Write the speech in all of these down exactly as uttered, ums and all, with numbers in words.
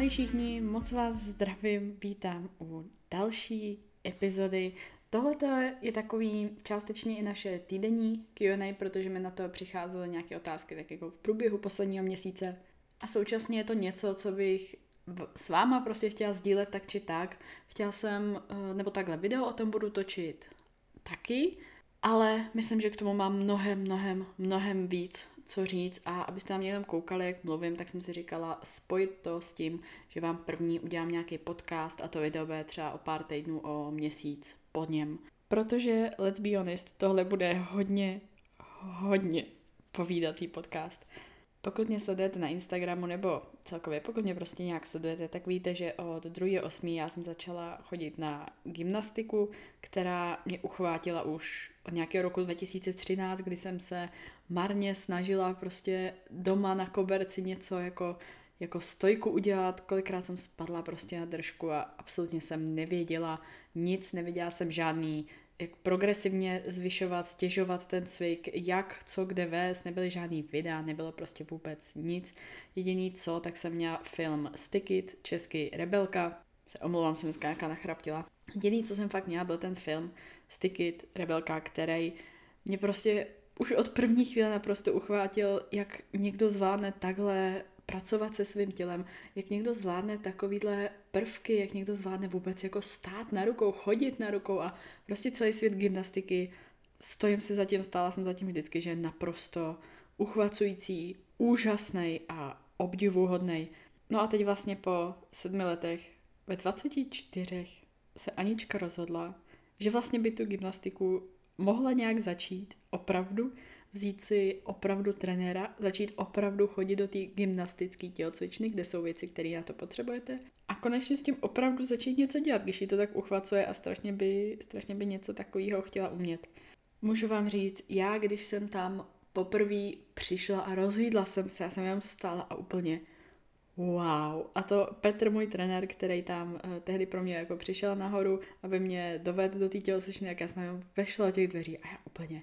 Ahoj všichni, moc vás zdravím, vítám u další epizody. Tohle je takový částečně i naše týdenní Q and A, protože mi na to přicházely nějaké otázky tak jako v průběhu posledního měsíce. A současně je to něco, co bych s váma prostě chtěla sdílet tak či tak. Chtěla jsem, nebo takhle, video o tom budu točit taky, ale myslím, že k tomu mám mnohem, mnohem, mnohem víc co říct a abyste na mě jenom koukali, jak mluvím, tak jsem si říkala spojit to s tím, že vám první udělám nějaký podcast a to video bude třeba o pár týdnů, o měsíc po něm. Protože, let's be honest, tohle bude hodně, hodně povídací podcast. Pokud mě sledujete na Instagramu nebo celkově, pokud mě prostě nějak sledujete, tak víte, že od druhého osmého já jsem začala chodit na gymnastiku, která mě uchvátila už od nějakého roku dva tisíce třináct, kdy jsem se marně snažila prostě doma na koberci něco jako, jako stojku udělat. Kolikrát jsem spadla prostě na držku a absolutně jsem nevěděla nic, nevěděla jsem žádný jak progresivně zvyšovat, stěžovat ten cvik, jak, co, kde vést, nebyly žádný videa, nebylo prostě vůbec nic. Jediný co, tak jsem měla film Stick It, český Rebelka, se omlouvám, jsem dneska nějaká nachraptila. Jediný, co jsem fakt měla, byl ten film Stick It, Rebelka, který mě prostě už od první chvíle naprosto uchvátil, jak někdo zvládne takhle pracovat se svým tělem, jak někdo zvládne takovýhle prvky, jak někdo zvládne vůbec jako stát na rukou, chodit na rukou a prostě celý svět gymnastiky. Stojím si zatím, stála jsem zatím vždycky, že je naprosto uchvacující, úžasný a obdivuhodný. No a teď vlastně po sedmi letech, ve dvaceti čtyřech se Anička rozhodla, že vlastně by tu gymnastiku mohla nějak začít opravdu, vzít si opravdu trenéra, začít opravdu chodit do té gymnastické tělocvičny, kde jsou věci, které na to potřebujete. A konečně s tím opravdu začít něco dělat, když ji to tak uchvacuje a strašně by, strašně by něco takového chtěla umět. Můžu vám říct, já když jsem tam poprvé přišla a rozhlídla jsem se, já jsem jenom stála a úplně wow. A to Petr, můj trenér, který tam uh, tehdy pro mě jako přišel nahoru, aby mě dovedl do té tělocvičny, jak já jsem jenom vešla do těch dveří a já úplně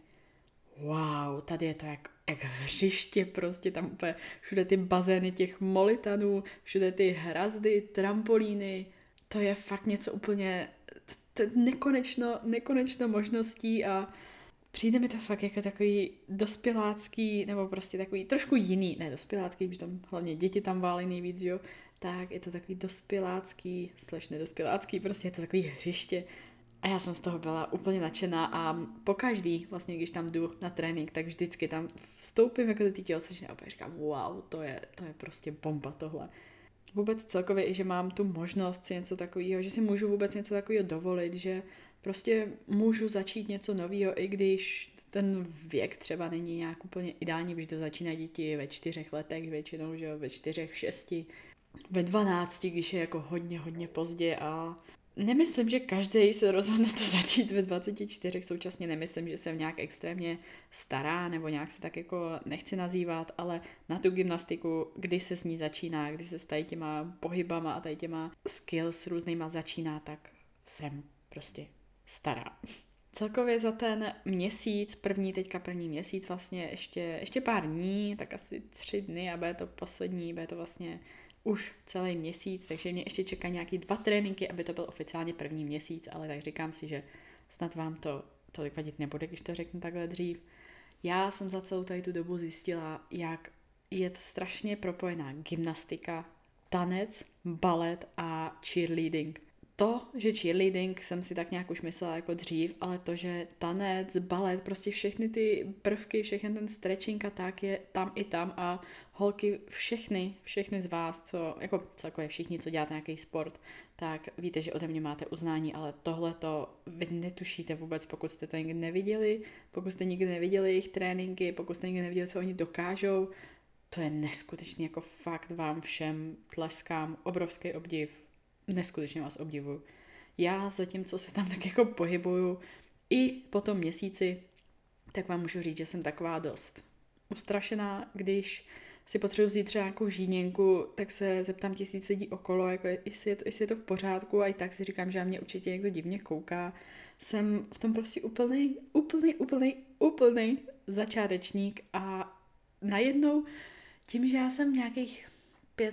wow, tady je to jak, jak hřiště prostě, tam úplně všude ty bazény těch molitanů, všude ty hrazdy, trampolíny, to je fakt něco úplně t- nekonečno, nekonečno možností a přijde mi to fakt jako takový dospělácký, nebo prostě takový trošku jiný, ne dospělácký, protože tam hlavně děti tam válí nejvíc, jo, tak je to takový dospělácký, slash nedospělácký, prostě je to takový hřiště. A já jsem z toho byla úplně nadšená a pokaždý, vlastně když tam jdu na trénink, tak vždycky tam vstoupím jako do té tělocvičny a opět říkám, wow, to je, to je prostě bomba tohle. Vůbec celkově i, že mám tu možnost si něco takového, že si můžu vůbec něco takového dovolit, že prostě můžu začít něco nového, i když ten věk třeba není nějak úplně ideální, protože to začínají děti ve čtyřech letech většinou, že jo, ve čtyřech, šesti, ve dvanácti, když je jako hodně, hodně pozdě a nemyslím, že každý se rozhodne to začít ve dvaceti čtyřech, současně nemyslím, že jsem nějak extrémně stará, nebo nějak se tak jako nechci nazývat, ale na tu gymnastiku, kdy se s ní začíná, kdy se s tady těma pohybama a tady těma skills různýma začíná, tak jsem prostě stará. Celkově za ten měsíc, první teďka první měsíc vlastně ještě, ještě pár dní, tak asi tři dny a bude to poslední, bude to vlastně už celý měsíc, takže mě ještě čeká nějaký dva tréninky, aby to byl oficiálně první měsíc, ale tak říkám si, že snad vám to tolik vadit nebude, když to řeknu takhle dřív. Já jsem za celou tady tu dobu zjistila, jak je to strašně propojená gymnastika, tanec, balet a cheerleading. To, že cheerleading jsem si tak nějak už myslela jako dřív, ale to, že tanec, balet, prostě všechny ty prvky, všechny ten stretching a tak je tam i tam a holky, všechny, všechny z vás, co, jako celkově všichni, co děláte nějaký sport, tak víte, že ode mě máte uznání, ale tohle to vy netušíte vůbec, pokud jste to nikdy neviděli, pokud jste nikdy neviděli jejich tréninky, pokud jste nikdy neviděli, co oni dokážou, to je neskutečný, jako fakt vám všem tleskám, obrovský obdiv. Neskutečně vás obdivuju. Já zatímco se tam tak jako pohybuju i po tom měsíci, tak vám můžu říct, že jsem taková dost ustrašená, když si potřebuji vzít třeba nějakou žíněnku, tak se zeptám tisíc lidí okolo, jako jestli je, to, jestli je to v pořádku a i tak si říkám, že na mě určitě někdo divně kouká. Jsem v tom prostě úplný, úplný, úplný, úplný začátečník a najednou tím, že já jsem nějakých pět,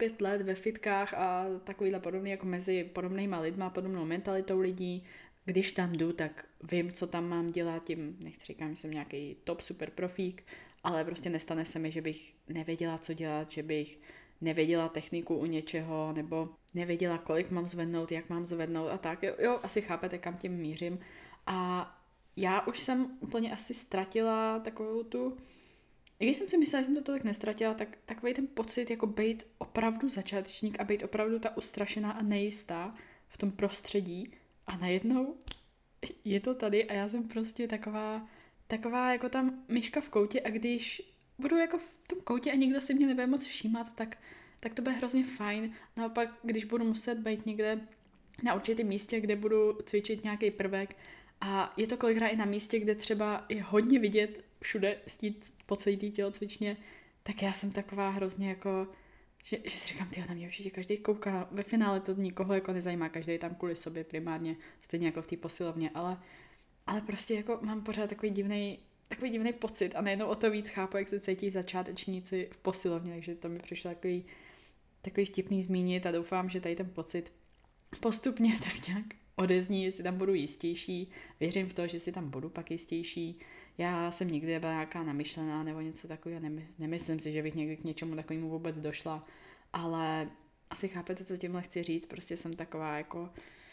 pět let ve fitkách a takovýhle podobný jako mezi podobnýma lidma, podobnou mentalitou lidí. Když tam jdu, tak vím, co tam mám dělat, tím nechci říkám, že jsem nějaký top super profík, ale prostě nestane se mi, že bych nevěděla, co dělat, že bych nevěděla techniku u něčeho, nebo nevěděla, kolik mám zvednout, jak mám zvednout a tak. Jo, jo, asi chápete, kam tím mířím. A já už jsem úplně asi ztratila takovou tu, i když jsem si myslela, že jsem to tolik nestratila, tak takový ten pocit, jako být opravdu začátečník a být opravdu ta ustrašená a nejistá v tom prostředí. A najednou je to tady a já jsem prostě taková, taková jako tam myška v koutě a když budu jako v tom koutě a nikdo si mě nebude moc všímat, tak, tak to bude hrozně fajn. Naopak, když budu muset být někde na určitém místě, kde budu cvičit nějaký prvek a je to kolikrát i na místě, kde třeba je hodně vidět všude stít po celý té tělocvičně, tak já jsem taková hrozně jako, že, že si říkám, tyjo, na mě určitě každý kouká, ve finále to nikoho jako nezajímá, každý tam kvůli sobě primárně, stejně jako v té posilovně, ale, ale prostě jako mám pořád takový divnej, takový divnej pocit a najednou o to víc chápu, jak se cítí začátečníci v posilovně, takže to mi přišlo takový, takový vtipný zmínit a doufám, že tady ten pocit postupně tak nějak odezní, že si tam budu jistější, věřím v to, že si tam budu pak jistější. Já jsem nikdy nebyla nějaká namyšlená nebo něco takového, nemyslím si, že bych někdy k něčemu takovému vůbec došla, ale asi chápete, co tímhle chci říct, prostě jsem taková jako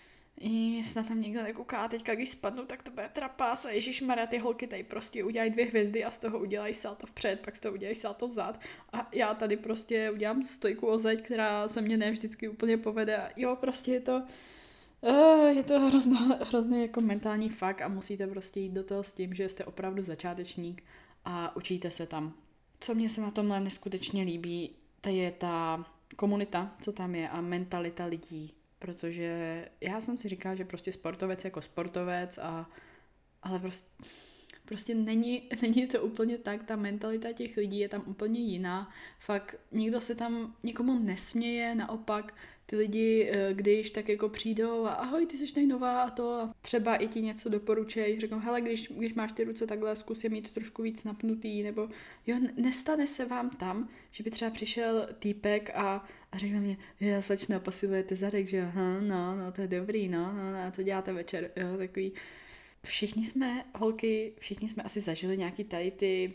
i snad tam někdo nekouká a teďka když spadnu, tak to bude trapás a ježišmarja, ty holky tady prostě udělají dvě hvězdy a z toho udělají salto vpřed, pak z toho udělají salto vzad a já tady prostě udělám stojku o zeď, která se mě ne vždycky úplně povede a jo, prostě je to Uh, je to hrozný, hrozný jako mentální fakt a musíte prostě jít do toho s tím, že jste opravdu začátečník a učíte se tam. Co mě se na tomhle neskutečně líbí, to je ta komunita, co tam je a mentalita lidí, protože já jsem si říkala, že prostě sportovec jako sportovec, a, ale prostě, prostě není, není to úplně tak, ta mentalita těch lidí je tam úplně jiná, fakt nikdo se tam nikomu nesměje, naopak ty lidi, když tak jako přijdou a ahoj, ty jsi nejnová a to a třeba i ti něco doporučej, řeknou, hele, když, když máš ty ruce takhle, zkus je mít trošku víc napnutý, nebo jo, nestane se vám tam, že by třeba přišel týpek a, a řekl mě, já slečna, posilujete zadek, že aha, no, no, to je dobrý, no, no, no, a co děláte večer, jo, takový. Všichni jsme, holky, všichni jsme asi zažili nějaký tady ty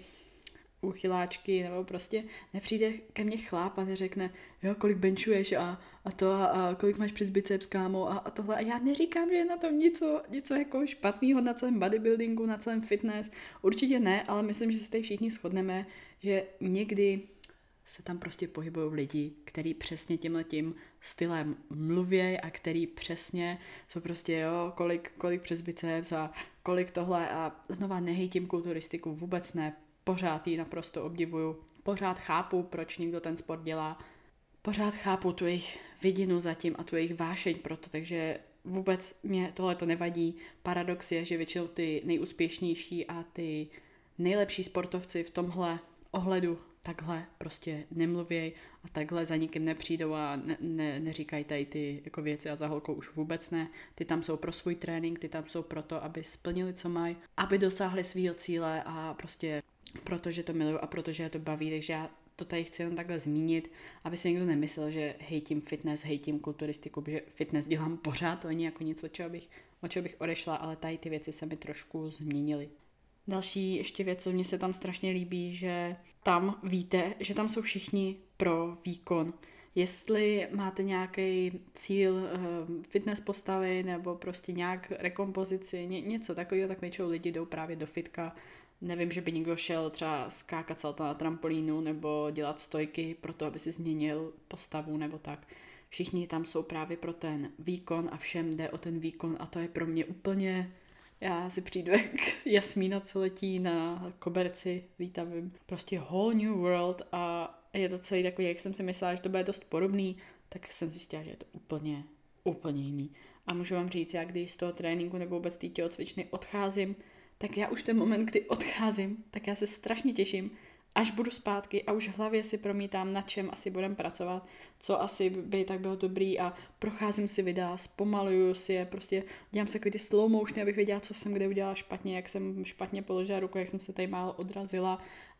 úchyláčky, nebo prostě nepřijde ke mně chláp a neřekne, jo, kolik benchuješ a, a to a, a kolik máš přes biceps, kámo a, a tohle. A já neříkám, že je na tom něco, něco jako špatného na celém bodybuildingu, na celém fitness. Určitě ne, ale myslím, že se tady všichni shodneme, že někdy se tam prostě pohybují lidi, který přesně tímhletím stylem mluvějí a který přesně jsou prostě, jo, kolik, kolik přes biceps a kolik tohle a znova nehejtím kulturistiku, vůbec ne. Pořád ji naprosto obdivuju, pořád chápu, proč někdo ten sport dělá, pořád chápu tu jejich vidinu zatím a tu jejich vášeň pro to, takže vůbec mě tohle to nevadí. Paradox je, že většinou ty nejúspěšnější a ty nejlepší sportovci v tomhle ohledu takhle prostě nemluvějí a takhle za nikým nepřijdou a ne, ne, neříkají tady ty jako věci a za holkou už vůbec ne. Ty tam jsou pro svůj trénink, ty tam jsou pro to, aby splnili, co mají, aby dosáhli svýho cíle a prostě protože to miluju a protože je to baví, takže já to tady chci jenom takhle zmínit, aby si někdo nemyslel, že hejtím fitness, hejtím kulturistiku, protože fitness dělám pořád, to není jako nic, od čeho bych, od čeho bych odešla, ale tady ty věci se mi trošku změnily. Další ještě věc, co mně se tam strašně líbí, že tam víte, že tam jsou všichni pro výkon. Jestli máte nějaký cíl fitness postavy nebo prostě nějak rekompozici, ně, něco takového, tak většinou lidi jdou právě do fitka. Nevím, že by někdo šel třeba skákat salta na trampolínu nebo dělat stojky pro to, aby si změnil postavu nebo tak. Všichni tam jsou právě pro ten výkon a všem jde o ten výkon a to je pro mě úplně... Já si přijdu jak Jasmína, co letí na koberci, vítavím. Prostě whole new world a je to celý takový, jak jsem si myslela, že to bude dost podobný, tak jsem zjistila, že je to úplně, úplně jiný. A můžu vám říct, já když z toho tréninku nebo vůbec té tělocvičny odcházím, tak já už ten moment, kdy odcházím, tak já se strašně těším, až budu zpátky a už v hlavě si promítám, na čem asi budem pracovat, co asi by tak bylo dobrý a procházím si videa, zpomaluju si je, prostě dělám si takový ty slow motion, abych věděla, co jsem kde udělala špatně, jak jsem špatně položila ruku, jak jsem se tady málo odrazila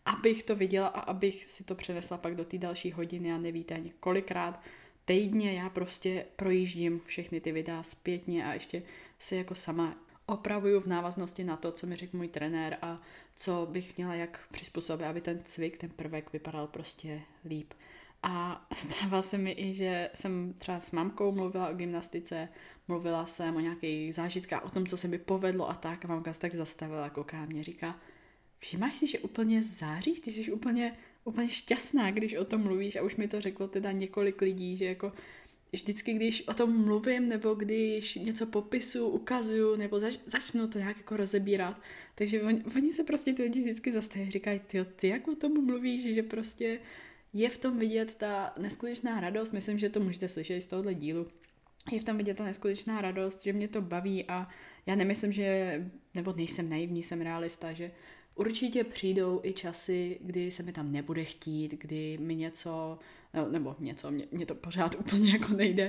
abych to viděla a abych si to přenesla pak do té další hodiny a nevíte ani kolikrát týdně já prostě projíždím všechny ty videa zpětně a ještě si jako sama opravuju v návaznosti na to, co mi řekl můj trenér a co bych měla jak přizpůsobit, aby ten cvik, ten prvek vypadal prostě líp. A stává se mi i, že jsem třeba s mamkou mluvila o gymnastice, mluvila jsem o nějakých zážitkách, o tom, co se mi povedlo a tak a mamka se tak zastavila, kouká na mě, říká, všimáš si, že úplně záříš, ty jsi úplně, úplně šťastná, když o tom mluvíš a už mi to řeklo teda několik lidí, že jako vždycky, když o tom mluvím, nebo když něco popisu, ukazuju, nebo zač, začnu to nějak jako rozebírat, takže on, oni se prostě ty lidi vždycky zastaví, říkají, ty, ty jak o tom mluvíš, že prostě je v tom vidět ta neskutečná radost, myslím, že to můžete slyšet z tohohle dílu, je v tom vidět ta neskutečná radost, že mě to baví a já nemyslím, že, nebo nejsem naivní, jsem realista, že určitě přijdou i časy, kdy se mi tam nebude chtít, kdy mi něco, no, nebo něco, mě, mě to pořád úplně jako nejde,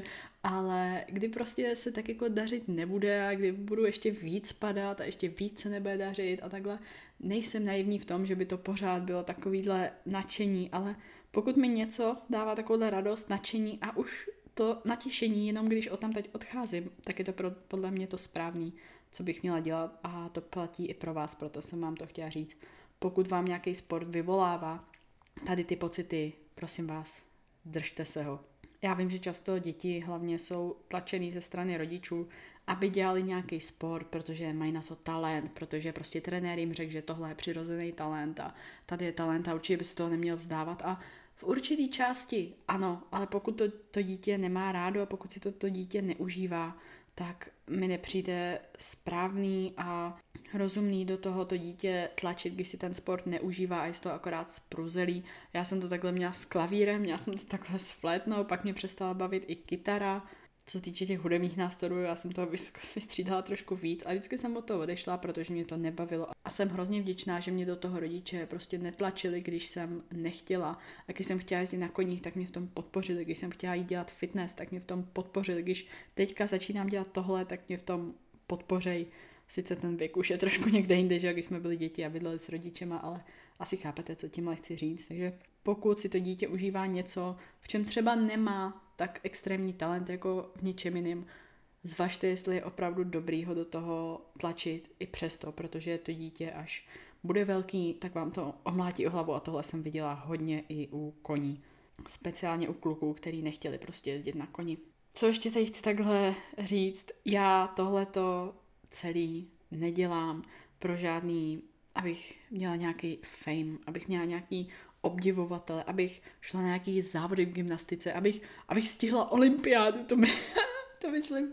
ale kdy prostě se tak jako dařit nebude a kdy budu ještě víc padat a ještě víc se nebude dařit a takhle. Nejsem naivní v tom, že by to pořád bylo takovýhle nadšení, ale pokud mi něco dává takovouhle radost, nadšení a už to natěšení, jenom když o tam teď odcházím, tak je to pro, podle mě to správný, co bych měla dělat a to platí i pro vás, proto jsem vám to chtěla říct. Pokud vám nějaký sport vyvolává tady ty pocity, prosím vás, držte se ho. Já vím, že často děti hlavně jsou tlačený ze strany rodičů, aby dělali nějaký sport, protože mají na to talent, protože prostě trenér jim řekl, že tohle je přirozený talent a tady je talent a určitě by se toho neměl vzdávat a v určitý části ano, ale pokud to, to dítě nemá rádo a pokud si to, to dítě neužívá, tak mi nepřijde správný a rozumný do toho to dítě tlačit, když si ten sport neužívá a je z toho akorát spruzelý. Já jsem to takhle měla s klavírem, měla jsem to takhle s flétnou, pak mě přestala bavit i kytara. Co týče těch hudebních nástrojů, já jsem toho vystřídala trošku víc a vždycky jsem od toho odešla, protože mě to nebavilo. A jsem hrozně vděčná, že mě do toho rodiče prostě netlačili, když jsem nechtěla. A když jsem chtěla jezdit na koních, tak mě v tom podpořili. Když jsem chtěla jít dělat fitness, tak mě v tom podpořili. Když teďka začínám dělat tohle, tak mě v tom podpořej. Sice ten věk už je trošku někde jinde, že když jsme byli děti a bydleli s rodičema, ale asi chápete, co tímhle chci říct. Takže pokud si to dítě užívá něco, v čem třeba nemá tak extrémní talent jako v něčem jiném, zvažte, jestli je opravdu dobrý ho do toho tlačit i přesto, protože to dítě, až bude velký, tak vám to omlátí o hlavu a tohle jsem viděla hodně i u koní. Speciálně u kluků, který nechtěli prostě jezdit na koni. Co ještě tady chci takhle říct, já tohleto celý nedělám pro žádný, abych měla nějaký fame, abych měla nějaký obdivovatele, abych šla na nějaký závody v gymnastice, abych, abych stihla olympiádu, to, my, to myslím,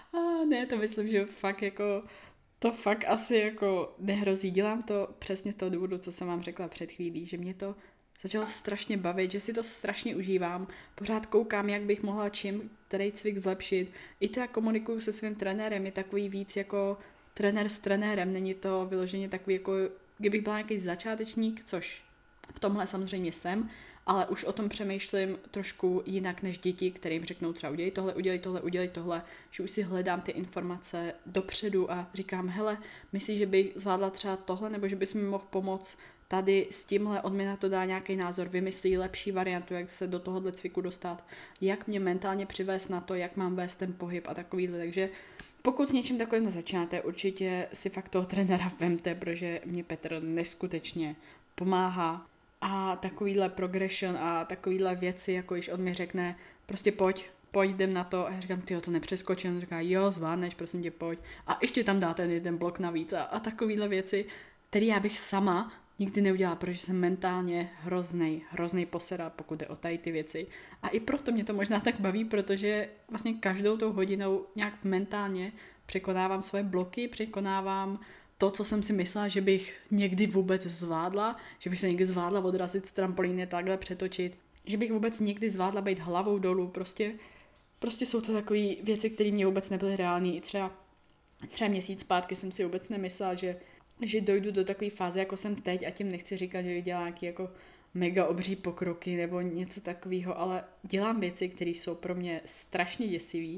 a ne, to myslím, že fakt jako, to fakt asi jako nehrozí. Dělám to přesně z toho důvodu, co jsem vám řekla před chvílí, že mě to začalo strašně bavit, že si to strašně užívám, pořád koukám, jak bych mohla čím který cvik zlepšit. I to, jak komunikuju se svým trenérem, je takový víc jako trenér s trenérem, není to vyloženě takový jako, kdybych byla nějaký začátečník, což v tomhle samozřejmě jsem, ale už o tom přemýšlím trošku jinak než děti, kterým řeknou třeba udělej tohle, udělej tohle, udělej tohle, že už si hledám ty informace dopředu a říkám, hele, myslíš, že bych zvládla třeba tohle, nebo že bys mi mohl pomoct tady s tímhle, on mi na to dá nějaký názor, vymyslí lepší variantu, jak se do tohohle cviku dostat, jak mě mentálně přivést na to, jak mám vést ten pohyb a takovýhle, takže pokud s něčím takovým začínáte, určitě si fakt toho trenéra vemte, protože mě Petr neskutečně pomáhá a takovýhle progression a takovýhle věci, jako když on mi řekne, prostě pojď, pojď, jdem na to a já říkám, tyjo, to nepřeskočím, on říká, jo, zvládneš, prosím tě, pojď a ještě tam dá ten jeden blok navíc a, a takovýhle věci, které já bych sama nikdy neudělala, protože jsem mentálně hroznej, hroznej posera, pokud jde o tady ty věci. A i proto mě to možná tak baví, protože vlastně každou tou hodinou nějak mentálně překonávám svoje bloky, překonávám to, co jsem si myslela, že bych někdy vůbec zvládla, že bych se někdy zvládla odrazit z trampolíny, takhle přetočit, že bych vůbec někdy zvládla být hlavou dolů, prostě, prostě jsou to takové věci, které mě vůbec nebyly reální. I třeba, třeba měsíc zpátky jsem si vůbec nemyslela, že že dojdu do takové fáze, jako jsem teď a tím nechci říkat, že dělám nějaký jako mega obří pokroky nebo něco takového, ale dělám věci, které jsou pro mě strašně děsivý,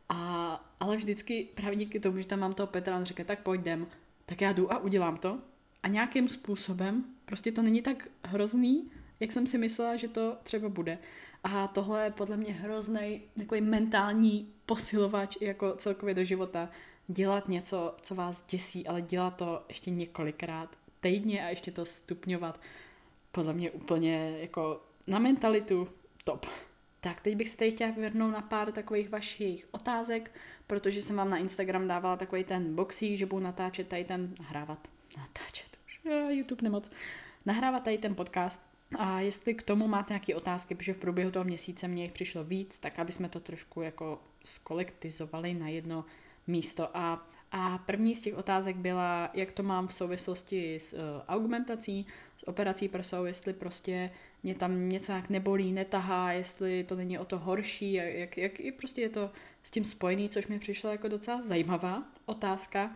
a, ale vždycky právě díky tomu, že tam mám toho Petra, on říká, tak pojď jdem, tak já jdu a udělám to a nějakým způsobem Prostě to není tak hrozný, jak jsem si myslela, že to třeba bude. A tohle je podle mě hrozný takový mentální posilovač jako celkově do života. Dělat něco, co vás děsí, ale dělat to ještě několikrát týdně a ještě to stupňovat. Podle mě úplně jako na mentalitu top. Tak, teď bych se tady chtěla vyvrhnout na pár takových vašich otázek, protože jsem vám na Instagram dávala takový ten boxík, že budu natáčet tady ten, nahrávat, natáčet už, YouTube nemoc, nahrávat tady ten podcast. A jestli k tomu máte nějaké otázky, protože v průběhu toho měsíce mě jich přišlo víc, tak aby jsme to trošku jako skolektizovali na jedno místo. A, a první z těch otázek byla, jak to mám v souvislosti s uh, augmentací, s operací prsou, jestli prostě mě tam něco jak nebolí, netahá, jestli to není o to horší, jak, jak, jak prostě je to s tím spojený, což mi přišlo jako docela zajímavá otázka.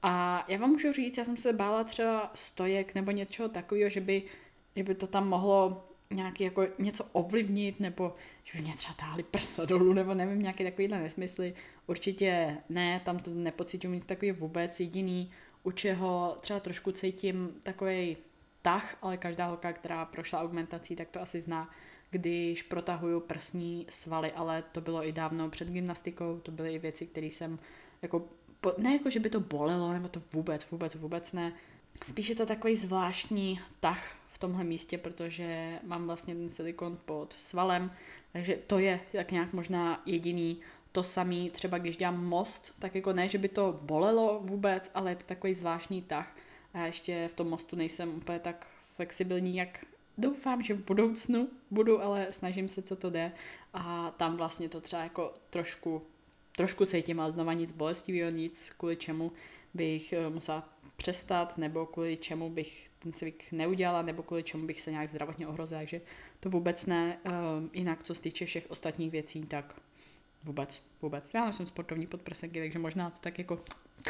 A já vám můžu říct, já jsem se bála třeba stojek nebo něčeho takového, že by, že by to tam mohlo nějaký jako něco ovlivnit, nebo že by mě třeba táhli prsa dolů, nebo nevím, nějaké takovýhle nesmysly. Určitě ne, tam to nepocítím nic takového vůbec. Jediný, u čeho třeba trošku cítím takovej tah, ale každá holka, která prošla augmentací, tak to asi zná, když protahuju prsní svaly, ale to bylo i dávno před gymnastikou, to byly i věci, které jsem jako, ne jako, že by to bolelo, nebo to vůbec, vůbec, vůbec ne. Spíš je to takový zvláštní tah v tomhle místě, protože mám vlastně ten silikon pod svalem, takže to je tak nějak možná jediný. To samý, třeba když dělám most, tak jako ne, že by to bolelo vůbec, ale je to takový zvláštní tah. A já ještě v tom mostu nejsem úplně tak flexibilní, jak doufám, že v budoucnu budu, ale snažím se, co to jde. A tam vlastně to třeba jako trošku, trošku cítím, ale znova nic bolestivého, nic, kvůli čemu bych musela přestat, nebo kvůli čemu bych ten cvik neudělala, nebo kvůli čemu bych se nějak zdravotně ohrozila. Takže to vůbec ne. Jinak, co se týče všech ostatních věcí, tak vůbec, vůbec. Já nejsem sportovní podprsenky, takže možná to tak jako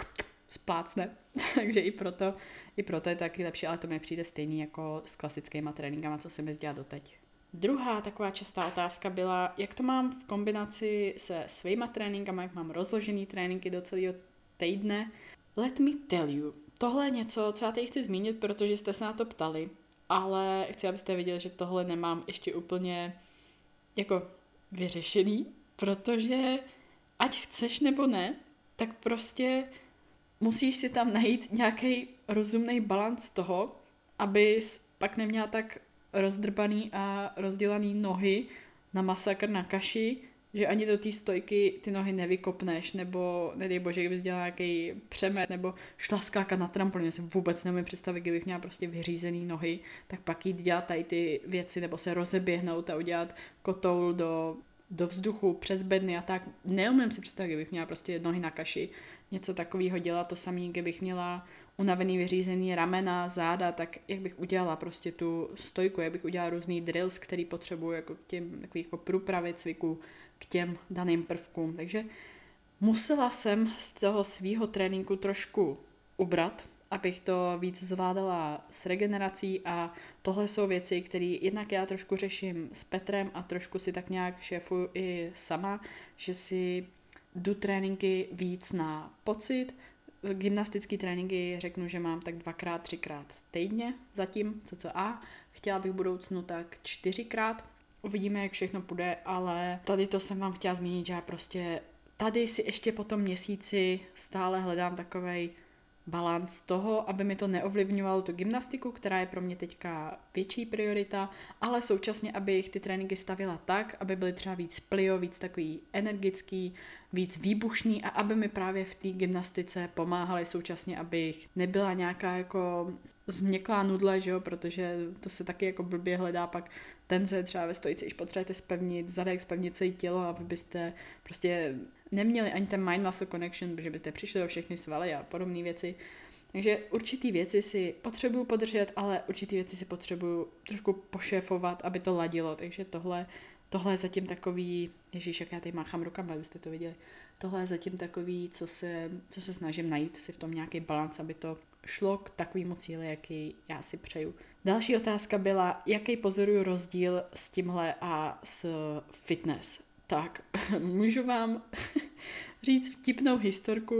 splácne, takže i proto, i proto je to taky lepší, ale to mi přijde stejný jako s klasickýma tréninkama, co jsem jezdila doteď. Druhá taková častá otázka byla, jak to mám v kombinaci se svýma tréninkama, jak mám rozložený tréninky do celého týdne. Let me tell you, tohle je něco, co já teď chci zmínit, protože jste se na to ptali, ale chci, abyste viděli, že tohle nemám ještě úplně jako vyřešený, protože ať chceš nebo ne, tak prostě musíš si tam najít nějaký rozumný balanc toho, abys pak neměla tak rozdrbaný a rozdělaný nohy na masakr na kaši, že ani do té stojky ty nohy nevykopneš, nebo nedej bože, kdybys dělala nějaký přemet, nebo šla skákat na trampolín, já si vůbec nemůžu představit, kdybych měla prostě vyřízený nohy, tak pak jít dělat tady ty věci, nebo se rozeběhnout a udělat kotoul do, do vzduchu přes bedny a tak. Neumím si představit, kdybych měla prostě nohy na kaši, něco takového dělat, to samé, kdybych měla unavený, vyřízený ramena, záda, tak jak bych udělala prostě tu stojku, jak bych udělala různý drills, který potřebuju jako k těm takových jako průpravy cviků k těm daným prvkům. Takže musela jsem z toho svýho tréninku trošku ubrat, abych to víc zvládala s regenerací a tohle jsou věci, které jednak já trošku řeším s Petrem a trošku si tak nějak šéfuju i sama, že si jdu tréninky víc na pocit. Gymnastické tréninky řeknu, že mám tak dvakrát, třikrát týdně zatím, cca. Chtěla bych v budoucnu tak čtyřikrát. Uvidíme, jak všechno půjde, ale tady to jsem vám chtěla zmínit, že já prostě tady si ještě po tom měsíci stále hledám takovej balanc toho, aby mi to neovlivňovalo tu gymnastiku, která je pro mě teďka větší priorita, ale současně, abych ty tréninky stavila tak, aby byly třeba víc plio, víc takový energický, víc výbušný a aby mi právě v té gymnastice pomáhaly současně, abych nebyla nějaká jako změklá nudle, že jo, protože to se taky jako blbě hledá pak tenze třeba ve stojici, když potřebujete spevnit zadek, spevnit celé tělo, aby byste prostě neměli ani ten mind-muscle connection, protože byste přišli o všechny svaly a podobné věci. Takže určitý věci si potřebuju podržet, ale určitý věci si potřebuju trošku pošéfovat, aby to ladilo. Takže tohle, tohle je zatím takový, ježíš, jak já tady máchám rukama, abyste to viděli. Tohle je zatím takový, co se, co se snažím najít si v tom nějaký balans, aby to šlo k takovému cíli, jaký já si přeju. Další otázka byla, jaký pozoruju rozdíl s tímhle a s fitness. Tak, můžu vám říct vtipnou historku.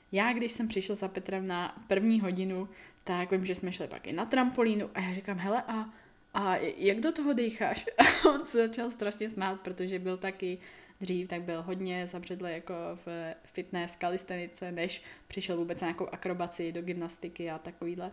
Já, když jsem přišla za Petrem na první hodinu, tak vím, že jsme šli pak i na trampolínu a já říkám, hele, a, a jak do toho dýcháš? A on se začal strašně smát, protože byl taky dřív, tak byl hodně zabředlý jako v fitness kalistenice, než přišel vůbec na nějakou akrobaci do gymnastiky a takovýhle.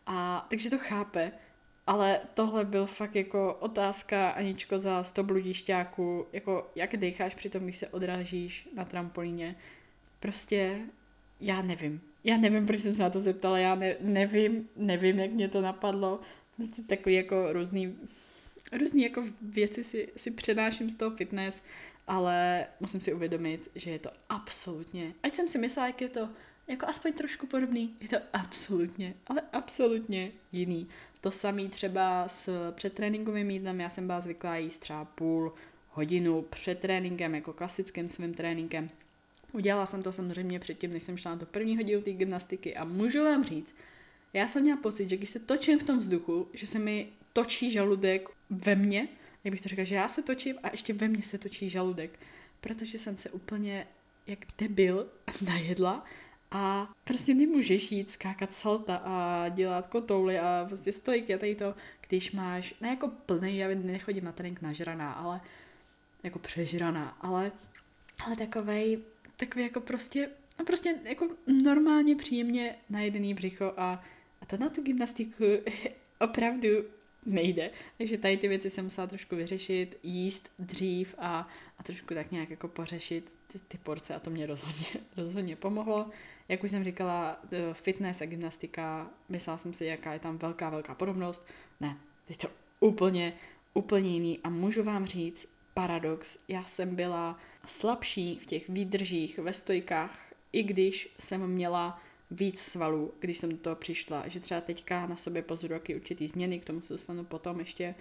A takže to chápe, ale tohle byl fakt jako otázka, Aničko, za sto bludišťáků, jako jak dýcháš při tom, když se odrážíš na trampolíně. Prostě já nevím. Já nevím, proč jsem se na to zeptala, já ne, nevím, nevím, jak mě to napadlo. Prostě takový jako různý, různý jako věci si, si přenáším z toho fitness, ale musím si uvědomit, že je to absolutně, ať jsem si myslela, jak je to jako aspoň trošku podobný, je to absolutně, ale absolutně jiný. To samý třeba s předtréninkovým jídlem, já jsem byla zvyklá jíst třeba půl hodinu před tréninkem, jako klasickým svým tréninkem. Udělala jsem to samozřejmě předtím, než jsem šla na to první hodinu té gymnastiky a můžu vám říct, já jsem měla pocit, že když se točím v tom vzduchu, že se mi točí žaludek ve mně, jak bych to řekla, že já se točím a ještě ve mně se točí žaludek, protože jsem se úplně jak debil najedla a prostě nemůžeš jít skákat salta a dělat kotouly a prostě stojky a tady to, když máš, ne jako plný, já nechodím na trénink nažraná, ale jako přežraná, ale, ale takovej, takový jako prostě, prostě jako normálně příjemně najedený břicho a, a to na tu gymnastiku opravdu nejde. Takže tady ty věci jsem musela trošku vyřešit, jíst dřív a, a trošku tak nějak jako pořešit ty, ty porce a to mě rozhodně, rozhodně pomohlo. Jak už jsem říkala, fitness a gymnastika, myslela jsem si, jaká je tam velká, velká podobnost. Ne, je to úplně, úplně jiný a můžu vám říct, paradox, já jsem byla slabší v těch výdržích ve stojkách, i když jsem měla víc svalů, když jsem do toho přišla, že třeba teďka na sobě pozoruji jaký určitý změny, k tomu se dostanu potom ještě,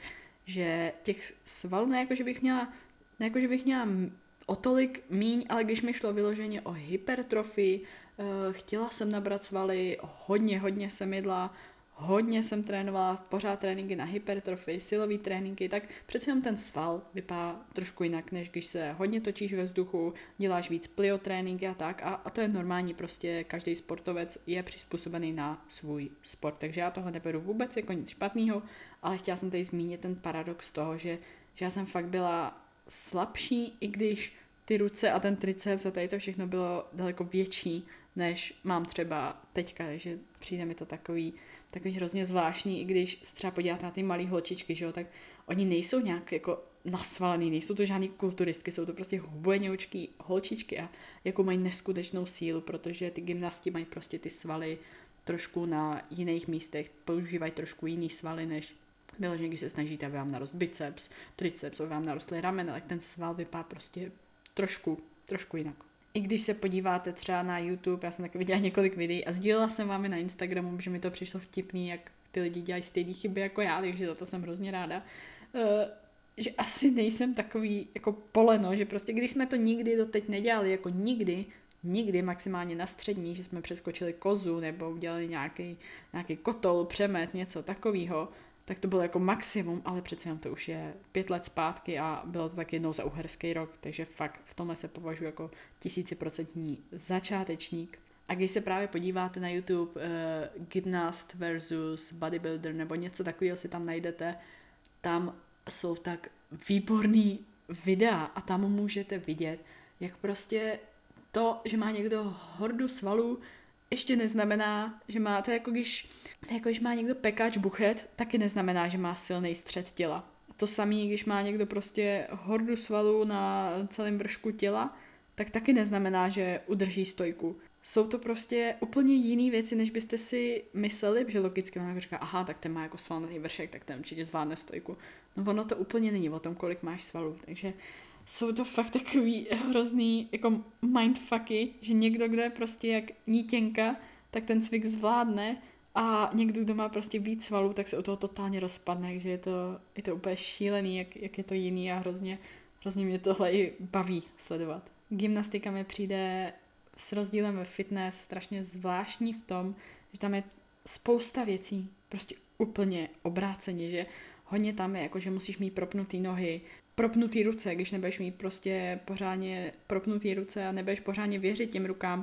že těch svalů, ne jako, že bych měla, ne jako, že bych měla o tolik míň, ale když mi šlo vyloženě o hypertrofii, chtěla jsem nabrat svaly, hodně, hodně jsem jedla, hodně jsem trénovala, pořád tréninky na hypertrofii, silový tréninky, tak přece jenom ten sval vypadá trošku jinak, než když se hodně točíš ve vzduchu, děláš víc plyotréninky a tak a, a to je normální, prostě každý sportovec je přizpůsobený na svůj sport, takže já tohle neberu vůbec jako nic špatného, ale chtěla jsem tady zmínit ten paradox toho, že, že já jsem fakt byla slabší, i když ty ruce a ten triceps a tady to všechno bylo daleko větší, než mám třeba teďka, takže přijde mi to takový, takový hrozně zvláštní, i když se třeba podíváte na ty malý holčičky, že jo, tak oni nejsou nějak jako nasvalený, nejsou to žádný kulturistky, jsou to prostě hubeňoučký holčičky a jako mají neskutečnou sílu, protože ty gymnasti mají prostě ty svaly trošku na jiných místech, používají trošku jiný svaly, než vyloženě, když se snažíte, aby vám narost biceps, triceps, aby vám narostly ramena, tak ten sval vypadá prostě trošku, trošku jinak. I když se podíváte třeba na YouTube, já jsem taky viděla několik videí a sdílela jsem vám na Instagramu, že mi to přišlo vtipný, jak ty lidi dělají stejné chyby jako já, takže za to jsem hrozně ráda. Uh, že asi nejsem takový jako poleno, že prostě když jsme to nikdy doteď nedělali, jako nikdy, nikdy maximálně na střední, že jsme přeskočili kozu nebo udělali nějaký, nějaký kotol, přemet, něco takového, tak to bylo jako maximum, ale přece jenom to už je pět let zpátky a bylo to tak jednou za uherský rok, takže fakt v tomhle se považuji jako tisíciprocentní začátečník. A když se právě podíváte na YouTube uh, gymnast versus bodybuilder nebo něco takového si tam najdete, tam jsou tak výborný videa a tam můžete vidět, jak prostě to, že má někdo hordu svalů, ještě neznamená, že má, to je jako když, to je jako když má někdo pekáč buchet, taky neznamená, že má silný střed těla. To samé, když má někdo prostě hordu svalů na celém vršku těla, tak taky neznamená, že udrží stojku. Jsou to prostě úplně jiné věci, než byste si mysleli, že logicky vám říká, aha, tak ten má jako svalný vršek, tak ten určitě zvládne stojku. No ono to úplně není o tom, kolik máš svalů, takže jsou to fakt takový hrozný jako mindfucky, že někdo, kdo je prostě jak nítěnka, tak ten cvik zvládne a někdo, kdo má prostě víc svalů, tak se o toho totálně rozpadne, takže je to, je to úplně šílený, jak, jak je to jiný a hrozně, hrozně mě tohle i baví sledovat. Gymnastika mi přijde s rozdílem ve fitness strašně zvláštní v tom, že tam je spousta věcí, prostě úplně obráceně, že hodně tam je, jako že musíš mít propnutý nohy, propnutý ruce, když nebudeš mít prostě pořádně propnutý ruce a nebudeš pořádně věřit těm rukám,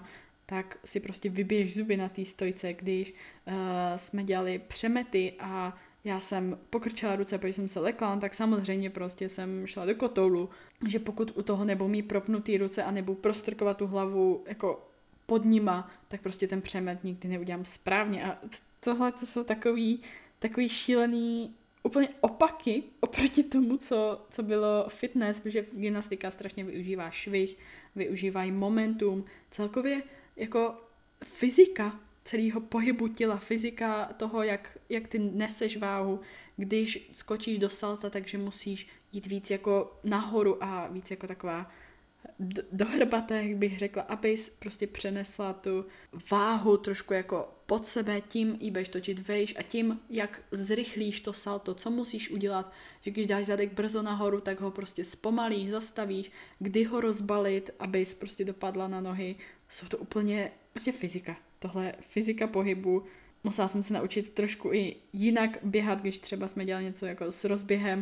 tak si prostě vybiješ zuby na té stojce, když uh, jsme dělali přemety a já jsem pokrčila ruce, protože jsem se lekla, tak samozřejmě prostě jsem šla do kotoulu, že pokud u toho nebudu mít propnutý ruce a nebudu prostrkovat tu hlavu jako pod nima, tak prostě ten přemet nikdy neudělám správně. A tohle to jsou takový, takový šílený úplně opaky oproti tomu, co, co bylo fitness, protože gymnastika strašně využívá švih, využívají momentum, celkově jako fyzika celého pohybu těla, fyzika toho, jak, jak ty neseš váhu, když skočíš do salta, takže musíš jít víc jako nahoru a víc jako taková do, do hrbaté, jak bych řekla, abys prostě přenesla tu váhu trošku jako pod sebe, tím jí budeš točit vejš a tím, jak zrychlíš to salto, co musíš udělat, že když dáš zadek brzo nahoru, tak ho prostě zpomalíš, zastavíš, kdy ho rozbalit, abys prostě dopadla na nohy. Jsou to úplně prostě fyzika. Tohle fyzika pohybu. Musela jsem se naučit trošku i jinak běhat, když třeba jsme dělali něco jako s rozběhem.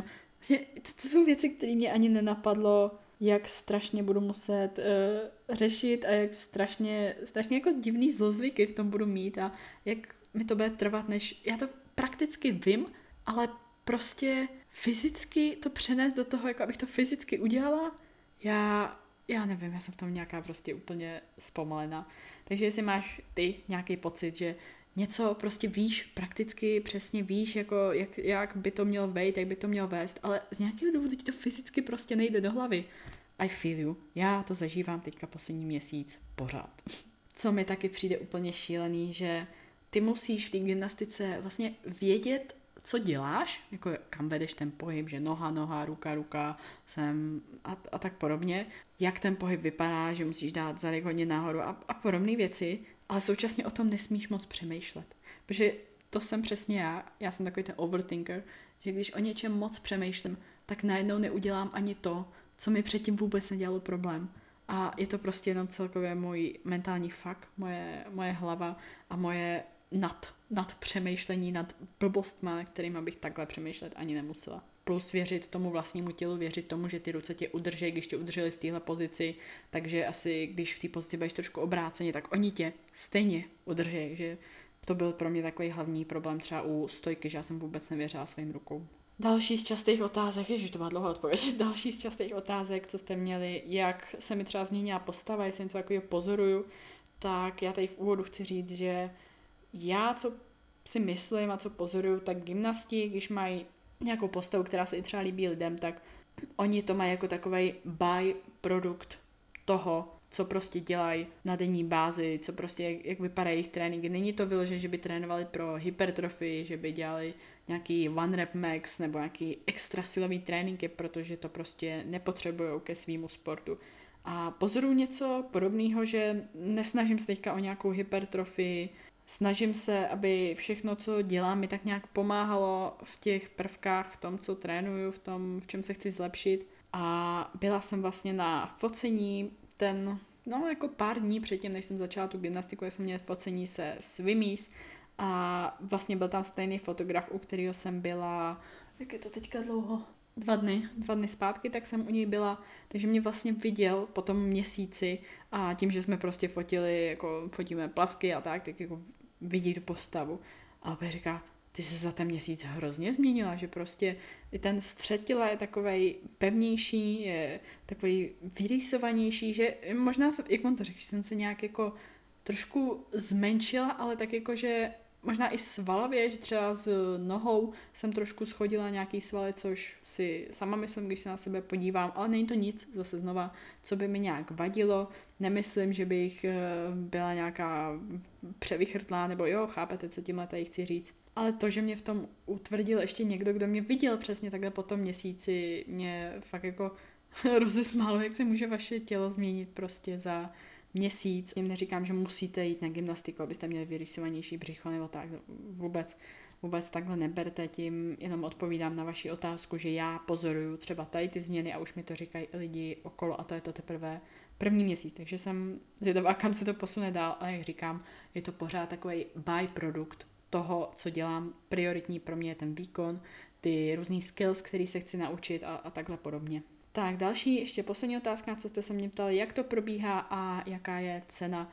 To jsou věci, které mě ani nenapadlo, jak strašně budu muset uh, řešit a jak strašně, strašně jako divný zlozvyky v tom budu mít a jak mi to bude trvat, než já to prakticky vím, ale prostě fyzicky to přenést do toho, jako abych to fyzicky udělala, já, já nevím, já jsem v tom nějaká prostě úplně zpomalená. Takže jestli máš ty nějaký pocit, že něco prostě víš, prakticky přesně víš, jako jak, jak by to mělo být, jak by to mělo vést, ale z nějakého důvodu ti to fyzicky prostě nejde do hlavy. I feel you. Já to zažívám teďka poslední měsíc pořád. Co mi taky přijde úplně šílený, že ty musíš v té gymnastice vlastně vědět, co děláš, jako kam vedeš ten pohyb, že noha, noha, ruka, ruka, sem a, a tak podobně, jak ten pohyb vypadá, že musíš dát zadek hodně nahoru a, a podobné věci, ale současně o tom nesmíš moc přemýšlet. Protože to jsem přesně já, já jsem takový ten overthinker, že když o něčem moc přemýšlím, tak najednou neudělám ani to, co mi předtím vůbec nedělalo problém. A je to prostě jenom celkově můj mentální fuck, moje, moje hlava a moje nad, nad přemýšlení, nad blbostma, na kterýma bych takhle přemýšlet ani nemusela. Plus věřit tomu vlastnímu tělu, věřit tomu, že ty ruce tě udrží, když tě udrželi v téhle pozici, takže asi když v té pozici budeš trošku obráceně, tak oni tě stejně udrží, že to byl pro mě takový hlavní problém třeba u stojky, že já jsem vůbec nevěřila svým rukou. Další z častých otázek, ježiš, to byla dlouhá odpověď, další z častých otázek, co jste měli, jak se mi třeba změnila postava, jestli něco takového pozoruju, tak já tady v úvodu chci říct, že já, co si myslím a co pozoruju, tak gymnasti, když mají nějakou postavu, která se i třeba líbí lidem, tak oni to mají jako takovej by-produkt toho, co prostě dělají na denní bázi, co prostě, jak, jak vypadají jejich tréninky. Není to vyložené, že by trénovali pro hypertrofii, že by dělali nějaký one rep max nebo nějaký extra silový tréninky, protože to prostě nepotřebují ke svýmu sportu. A pozoruju něco podobného, že nesnažím se teďka o nějakou hypertrofii, snažím se, aby všechno, co dělám, mi tak nějak pomáhalo v těch prvkách, v tom, co trénuju, v tom, v čem se chci zlepšit. A byla jsem vlastně na focení ten, no jako pár dní předtím, než jsem začala tu gymnastiku, jak jsem měla focení se Swimies a vlastně byl tam stejný fotograf, u kterého jsem byla, jak je to teďka dlouho, dva dny, dva dny zpátky, tak jsem u něj byla, takže mě vlastně viděl po tom měsíci a tím, že jsme prostě fotili, jako fotíme plavky a tak, tak jako vidí tu postavu a opět říká, ty se za ten měsíc hrozně změnila, že prostě ten střed těla je takovej pevnější, je takový vyrýsovanější, že možná, jsem, jak on to řekl, že jsem se nějak jako trošku zmenšila, ale tak jako, že možná i svalově, že třeba s nohou jsem trošku schodila nějaký svaly, což si sama myslím, když se na sebe podívám, ale není to nic, zase znova, co by mi nějak vadilo. Nemyslím, že bych byla nějaká převychrtlá, nebo jo, chápete, co tímhle tady chci říct. Ale to, že mě v tom utvrdil ještě někdo, kdo mě viděl přesně takhle po tom měsíci, mě fakt jako rozesmálo, jak se může vaše tělo změnit prostě za měsíc. Tím neříkám, že musíte jít na gymnastiku, abyste měli vyrysovanější břicho nebo tak. Vůbec, vůbec takhle neberte, tím jenom odpovídám na vaši otázku, že já pozoruju třeba tady ty změny a už mi to říkají lidi okolo a to je to teprve první měsíc. Takže jsem zvědavá, kam se to posune dál a jak říkám, je to pořád takový byprodukt toho, co dělám. Prioritní pro mě je ten výkon, ty různý skills, který se chci naučit a, a takhle podobně. Tak další, ještě poslední otázka, co jste se mě ptali, jak to probíhá a jaká je cena.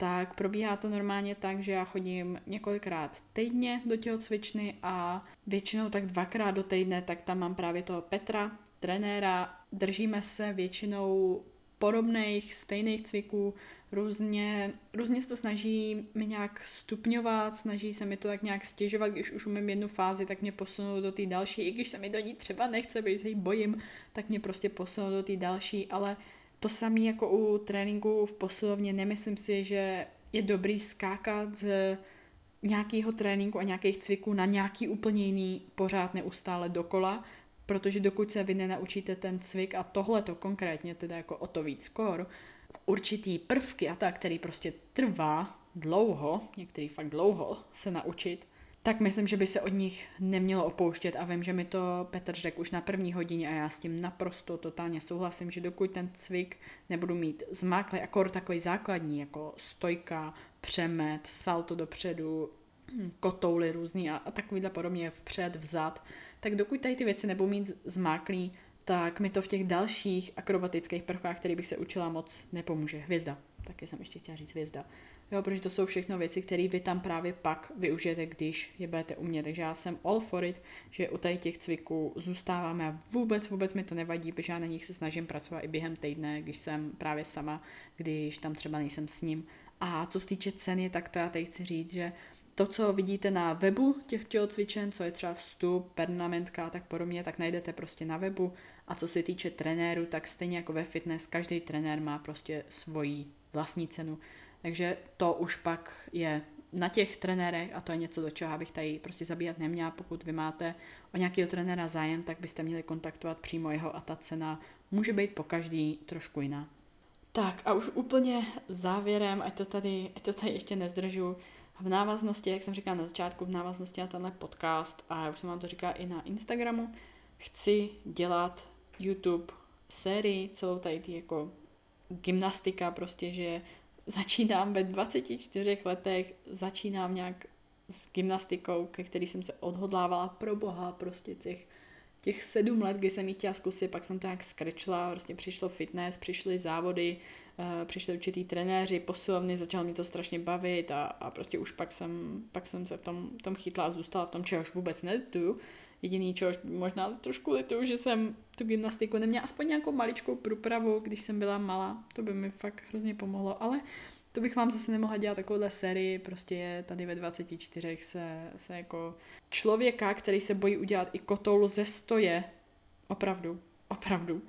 tak probíhá to normálně tak, že já chodím několikrát týdně do tělocvičny a většinou tak dvakrát do týdne, tak tam mám právě toho Petra, trenéra, držíme se většinou podobných, stejných cviků, různě, různě se to snaží mi nějak stupňovat, snaží se mi to tak nějak stěžovat, když už umím jednu fázi, tak mě posunou do té další, i když se mi do ní třeba nechce, protože se jí bojím, tak mě prostě posunou do té další, ale to samé jako u tréninku v posilovně, nemyslím si, že je dobrý skákat z nějakého tréninku a nějakých cviků na nějaký úplně jiný pořád neustále dokola, protože dokud se vy nenaučíte ten cvik a tohleto konkrétně, teda jako o to víc skoro, určitý prvky a tak, který prostě trvá dlouho, některý fakt dlouho se naučit, tak myslím, že by se od nich nemělo opouštět a vím, že mi to Petr řekl už na první hodině a já s tím naprosto totálně souhlasím, že dokud ten cvik nebudu mít zmáklý, akor takový základní, jako stojka, přemet, salto dopředu, kotouly různý a, a takovýhle podobně vpřed, vzad, tak dokud tady ty věci nebudu mít zmáklý, tak mi to v těch dalších akrobatických prvkách, který bych se učila, moc nepomůže. Hvězda. Taky jsem ještě chtěla říct hvězda. Jo, protože to jsou všechno věci, které vy tam právě pak využijete, když je budete umět. Takže já jsem all for it, že u tady těch cviků zůstáváme a vůbec, vůbec mi to nevadí, protože já na nich se snažím pracovat i během týdne, když jsem právě sama, když tam třeba nejsem s ním. A co se týče ceny, tak to já tady chci říct, že to, co vidíte na webu těch tělocvičen, co je třeba vstup, permanentka a tak podobně, tak najdete prostě na webu. A co se týče trenéru, tak stejně jako ve fitness, každý trenér má prostě svoji vlastní cenu. Takže to už pak je na těch trenérech a to je něco, do čeho bych tady prostě zabíjat neměla. Pokud vy máte o nějakého trenéra zájem, tak byste měli kontaktovat přímo jeho a ta cena může být po každý trošku jiná. Tak a už úplně závěrem, ať to tady, ať to tady ještě nezdržu, v návaznosti, jak jsem říkala na začátku, v návaznosti na tenhle podcast a už jsem vám to říkala i na Instagramu, chci dělat YouTube sérii, celou tady ty jako gymnastika prostě, že začínám ve dvaceti čtyřech letech, začínám nějak s gymnastikou, ke který jsem se odhodlávala pro boha, prostě těch, těch sedm let, kdy jsem ji chtěla zkusit, pak jsem to nějak skrčla, prostě přišlo fitness, přišly závody, uh, přišli určitý trenéři, posilovny, začalo mi to strašně bavit a, a prostě už pak jsem, pak jsem se v tom, tom chytla a zůstala v tom, čehož vůbec nelituju. Jediný, čehož možná trošku lituju, že jsem tu gymnastiku neměla aspoň nějakou maličkou průpravu, když jsem byla malá, to by mi fakt hrozně pomohlo, ale to bych vám zase nemohla dělat takovouhle sérii, prostě je tady ve dvaceti čtyřech se, se jako člověka, který se bojí udělat i kotoul ze stoje, opravdu, opravdu,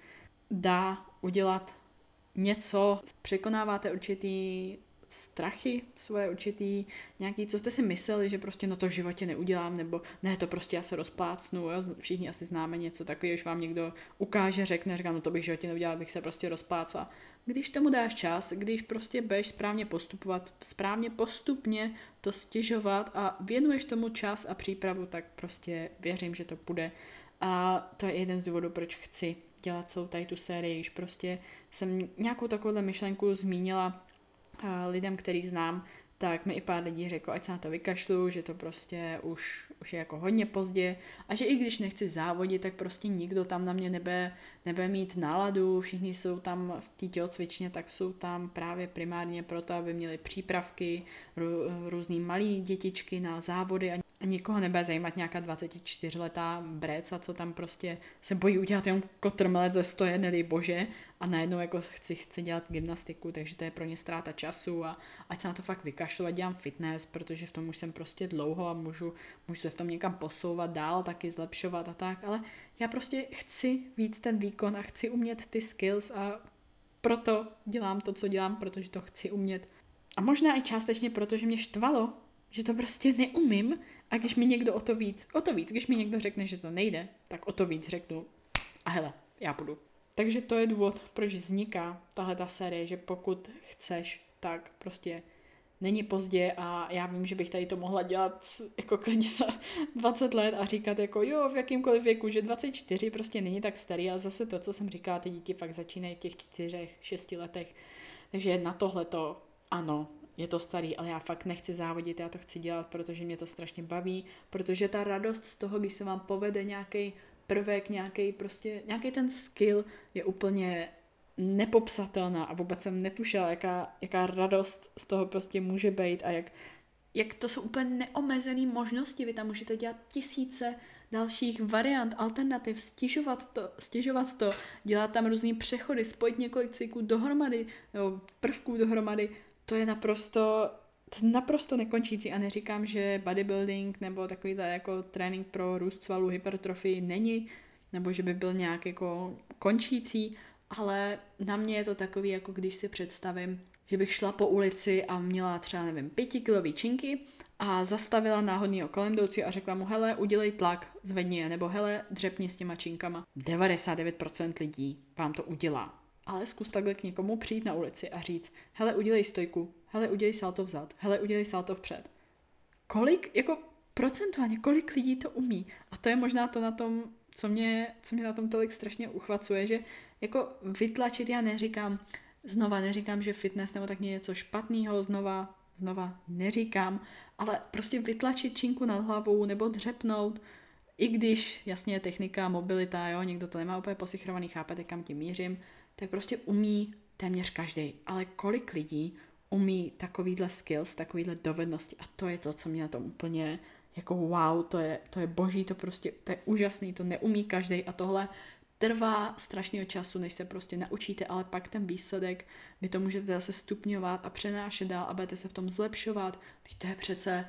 dá udělat něco, překonáváte určitý strachy svoje, určitý nějaký, co jste si mysleli, že prostě no to v životě neudělám, nebo ne, to prostě já se rozplácnu, jo? Všichni asi známe něco takového, už vám někdo ukáže, řekne, říkám, no to bych v životě neudělal, bych se prostě rozplácala. Když tomu dáš čas, když prostě budeš správně postupovat, správně postupně to stěžovat a věnuješ tomu čas a přípravu, tak prostě věřím, že to půjde. A to je jeden z důvodů, proč chci dělat celou tady tu sérii, když prostě jsem nějakou takovouhle myšlenku zmínila lidem, který znám, tak mi i pár lidí řeklo, ať se na to vykašlu, že to prostě už, už je jako hodně pozdě a že i když nechci závodit, tak prostě nikdo tam na mě nebe, nebe mít náladu, všichni jsou tam v té tělocvičně, tak jsou tam právě primárně proto, aby měli přípravky, rů, různý malý dětičky na závody a a nikoho nebude zajímat nějaká dvacetičtyřletá breca, co tam prostě se bojí udělat jenom kotrmelec ze stoje, nedej bože, a najednou jako chci, chci dělat gymnastiku, takže to je pro ně ztráta času a ať se na to fakt vykašlu a dělám fitness, protože v tom už jsem prostě dlouho a můžu, můžu se v tom někam posouvat dál, taky zlepšovat a tak, ale já prostě chci víc ten výkon a chci umět ty skills a proto dělám to, co dělám, protože to chci umět. A možná i částečně proto, že mě štvalo, že to prostě neumím a když mi někdo o to víc, o to víc, když mi někdo řekne, že to nejde, tak o to víc řeknu a hele, já půjdu. Takže to je důvod, proč vzniká tahle ta série, že pokud chceš, tak prostě není pozdě a já vím, že bych tady to mohla dělat jako klidně za dvacet let a říkat jako jo, v jakýmkoliv věku, že dvacet čtyři prostě není tak starý, ale zase to, co jsem říkala, ty děti fakt začínají v těch čtyřech, šesti letech. Takže na tohle to ano, je to starý, ale já fakt nechci závodit, já to chci dělat, protože mě to strašně baví, protože ta radost z toho, když se vám povede nějaký prvek, nějaký prostě, nějaký ten skill je úplně nepopsatelná a vůbec jsem netušila, jaká, jaká radost z toho prostě může být a jak, jak to jsou úplně neomezené možnosti. Vy tam můžete dělat tisíce dalších variant, alternativ, stěžovat to, stěžovat to, dělat tam různý přechody, spojit několik cviků dohromady, nebo prvků dohromady. To je naprosto, to je naprosto nekončící a neříkám, že bodybuilding nebo takovýhle jako trénink pro růst svalů, hypertrofii není, nebo že by byl nějak jako končící, ale na mě je to takový, jako když si představím, že bych šla po ulici a měla třeba, nevím, pětikilový činky a zastavila náhodnýho kolem jdoucího a řekla mu, hele, udělej tlak, zvedni je, nebo hele, dřepni s těma činkama. devadesát devět procent lidí vám to udělá. Ale zkus takhle k někomu přijít na ulici a říct, hele, udělej stojku, hele, udělej salto vzad, hele, udělej salto vpřed. Kolik, jako procentuálně, kolik lidí to umí? A to je možná to na tom, co mě, co mě na tom tolik strašně uchvacuje, že jako vytlačit, já neříkám, znova neříkám, že fitness nebo tak něco špatného, znova, znova neříkám, ale prostě vytlačit činku nad hlavou nebo dřepnout, i když jasně je technika, mobilita, jo, někdo to nemá úplně posichrovaný, chápete, kam tím mířím, tak prostě umí téměř každý. Ale kolik lidí umí takovýhle skills, takovýhle dovednosti a to je to, co mě na tom úplně jako wow, to je, to je boží, to prostě, to je úžasný, to neumí každý a tohle trvá strašného času, než se prostě naučíte, ale pak ten výsledek, vy to můžete zase stupňovat a přenášet dál a budete se v tom zlepšovat. Teď to je přece,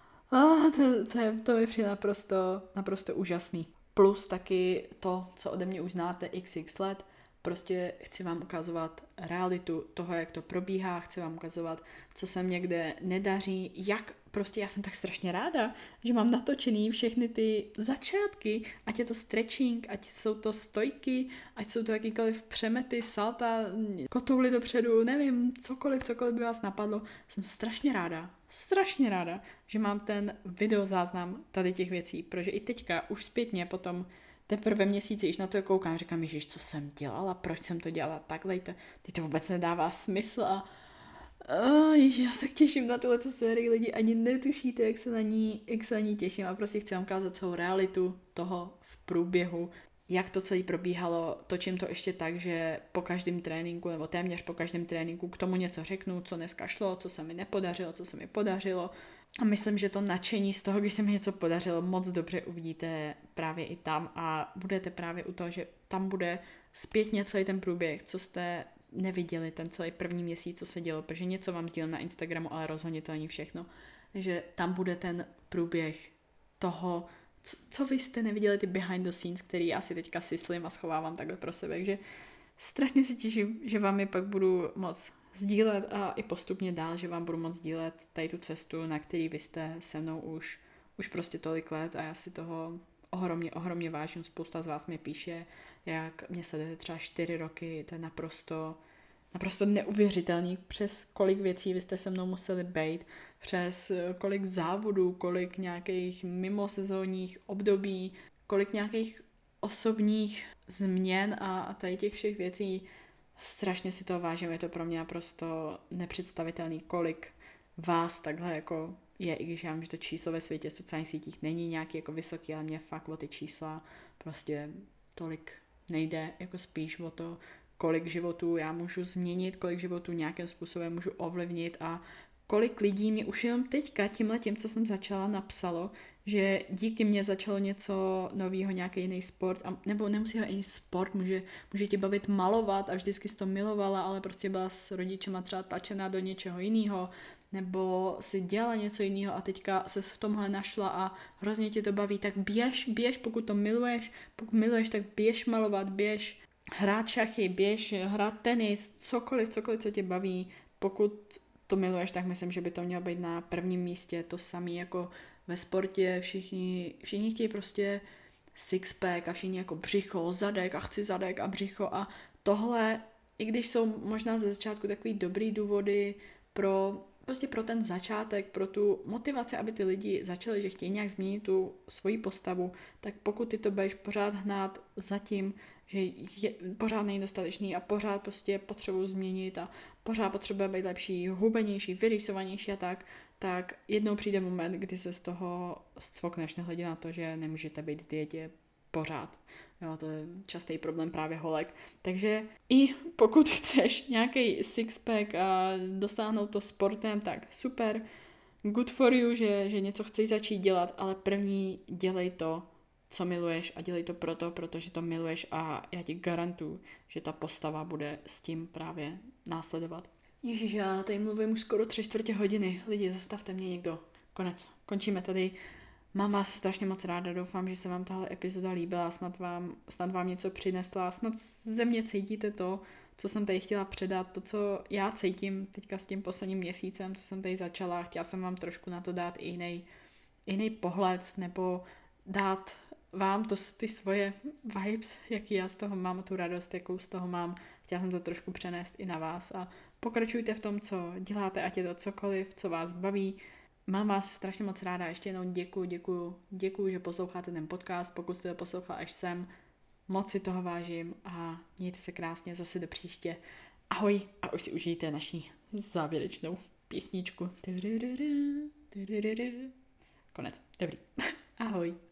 ah, to, to, je, to je přijde naprosto, naprosto úžasný. Plus taky to, co ode mě už znáte x x let, prostě chci vám ukazovat realitu toho, jak to probíhá, chci vám ukazovat, co se mě kde nedaří, jak prostě já jsem tak strašně ráda, že mám natočený všechny ty začátky, ať je to stretching, ať jsou to stojky, ať jsou to jakýkoliv přemety, salta, kotouly dopředu, nevím, cokoliv, cokoliv by vás napadlo. Jsem strašně ráda, strašně ráda, že mám ten videozáznam tady těch věcí, protože i teďka už zpětně potom teprve měsíci, když na to koukám, říkám, ježiš, co jsem dělala, proč jsem to dělala takhle, teď to vůbec nedává smysl a oh, ježiš, já se tak těším na tuhletu sérii, lidi ani netušíte, jak se na ní, jak se na ní těším a prostě chci vám ukázat celou realitu toho v průběhu, jak to celé probíhalo, točím to ještě tak, že po každém tréninku, nebo téměř po každém tréninku k tomu něco řeknu, co dneska šlo, co se mi nepodařilo, co se mi podařilo. A myslím, že to nadšení z toho, když se mi něco podařilo, moc dobře uvidíte právě i tam a budete právě u toho, že tam bude zpětně celý ten průběh, co jste neviděli ten celý první měsíc, co se dělo, protože něco vám sdílím na Instagramu, ale rozhodně to není všechno. Takže tam bude ten průběh toho, co, co vy jste neviděli, ty behind the scenes, který já si teďka syslím a schovávám takhle pro sebe, takže strašně si těším, že vám je pak budu moc sdílet a i postupně dál, že vám budu moc sdílet tady tu cestu, na který vy jste se mnou už, už prostě tolik let a já si toho ohromně, ohromně vážím. Spousta z vás mi píše, jak mě sledujete třeba čtyři roky, to je naprosto, naprosto neuvěřitelný, přes kolik věcí vy jste se mnou museli bejt, přes kolik závodů, kolik nějakých mimosezónních období, kolik nějakých osobních změn a, a tady těch všech věcí. Strašně si to vážím, je to pro mě naprosto nepředstavitelný, kolik vás takhle jako je, i když já vím, že to číslo ve světě sociálních sítích není nějaký jako vysoký, ale mě fakt o ty čísla prostě tolik nejde, jako spíš o to, kolik životů já můžu změnit, kolik životů nějakým způsobem můžu ovlivnit a kolik lidí mi už jenom teďka tímhletím, co jsem začala, napsalo, že díky mně začalo něco novýho, nějaký jiný sport, a, nebo nemusí být jiný sport, může, může tě bavit malovat a vždycky jsi to milovala, ale prostě byla s rodičema třeba tlačená do něčeho jiného, nebo si dělala něco jiného a teďka se v tomhle našla a hrozně tě to baví, tak běž, běž, pokud to miluješ, pokud miluješ, tak běž malovat, běž hrát šachy, běž hrát tenis, cokoliv, cokoliv, co tě baví, pokud to miluješ, tak myslím, že by to mělo být na prvním místě, to samé jako ve sportě, všichni, všichni chtějí prostě sixpack a všichni jako břicho, zadek a chci zadek a břicho a tohle, i když jsou možná ze začátku takový dobrý důvody pro, prostě pro ten začátek, pro tu motivaci, aby ty lidi začali, že chtějí nějak změnit tu svoji postavu, tak pokud ty to budeš pořád hnát zatím, že je pořád nedostatečný a pořád prostě potřebuji změnit a pořád potřebuje být lepší, hubenější, vyrýsovanější a tak, tak jednou přijde moment, kdy se z toho scvokneš, nehledě na to, že nemůžete být v dietě pořád. Jo, to je častý problém právě holek. Takže i pokud chceš nějaký sixpack a dosáhnout to sportem, tak super, good for you, že, že něco chceš začít dělat, ale první dělej to, co miluješ a dělej to proto, protože to miluješ a já ti garantuju, že ta postava bude s tím právě následovat. Ježíš, já tady mluvím už skoro tři čtvrtě hodiny. Lidi, zastavte mě někdo. Konec. Končíme tady. Mám vás strašně moc ráda, doufám, že se vám tahle epizoda líbila, snad vám, snad vám něco přinesla, snad ze mě cítíte to, co jsem tady chtěla předat, to, co já cítím teďka s tím posledním měsícem, co jsem tady začala. Chtěla jsem vám trošku na to dát i jiný, jiný pohled, nebo dát vám to, ty svoje vibes, jaký já z toho mám, tu radost, jakou z toho mám. Chtěla jsem to trošku přenést i na vás a pokračujte v tom, co děláte, ať je to cokoliv, co vás baví. Mám vás strašně moc ráda, ještě jednou děkuju, děkuju, děkuju, že posloucháte ten podcast, pokud jste to poslouchali až sem, moc si toho vážím a mějte se krásně zase do příště. Ahoj a už si užijte naší závěrečnou písničku. Konec, dobrý. Ahoj.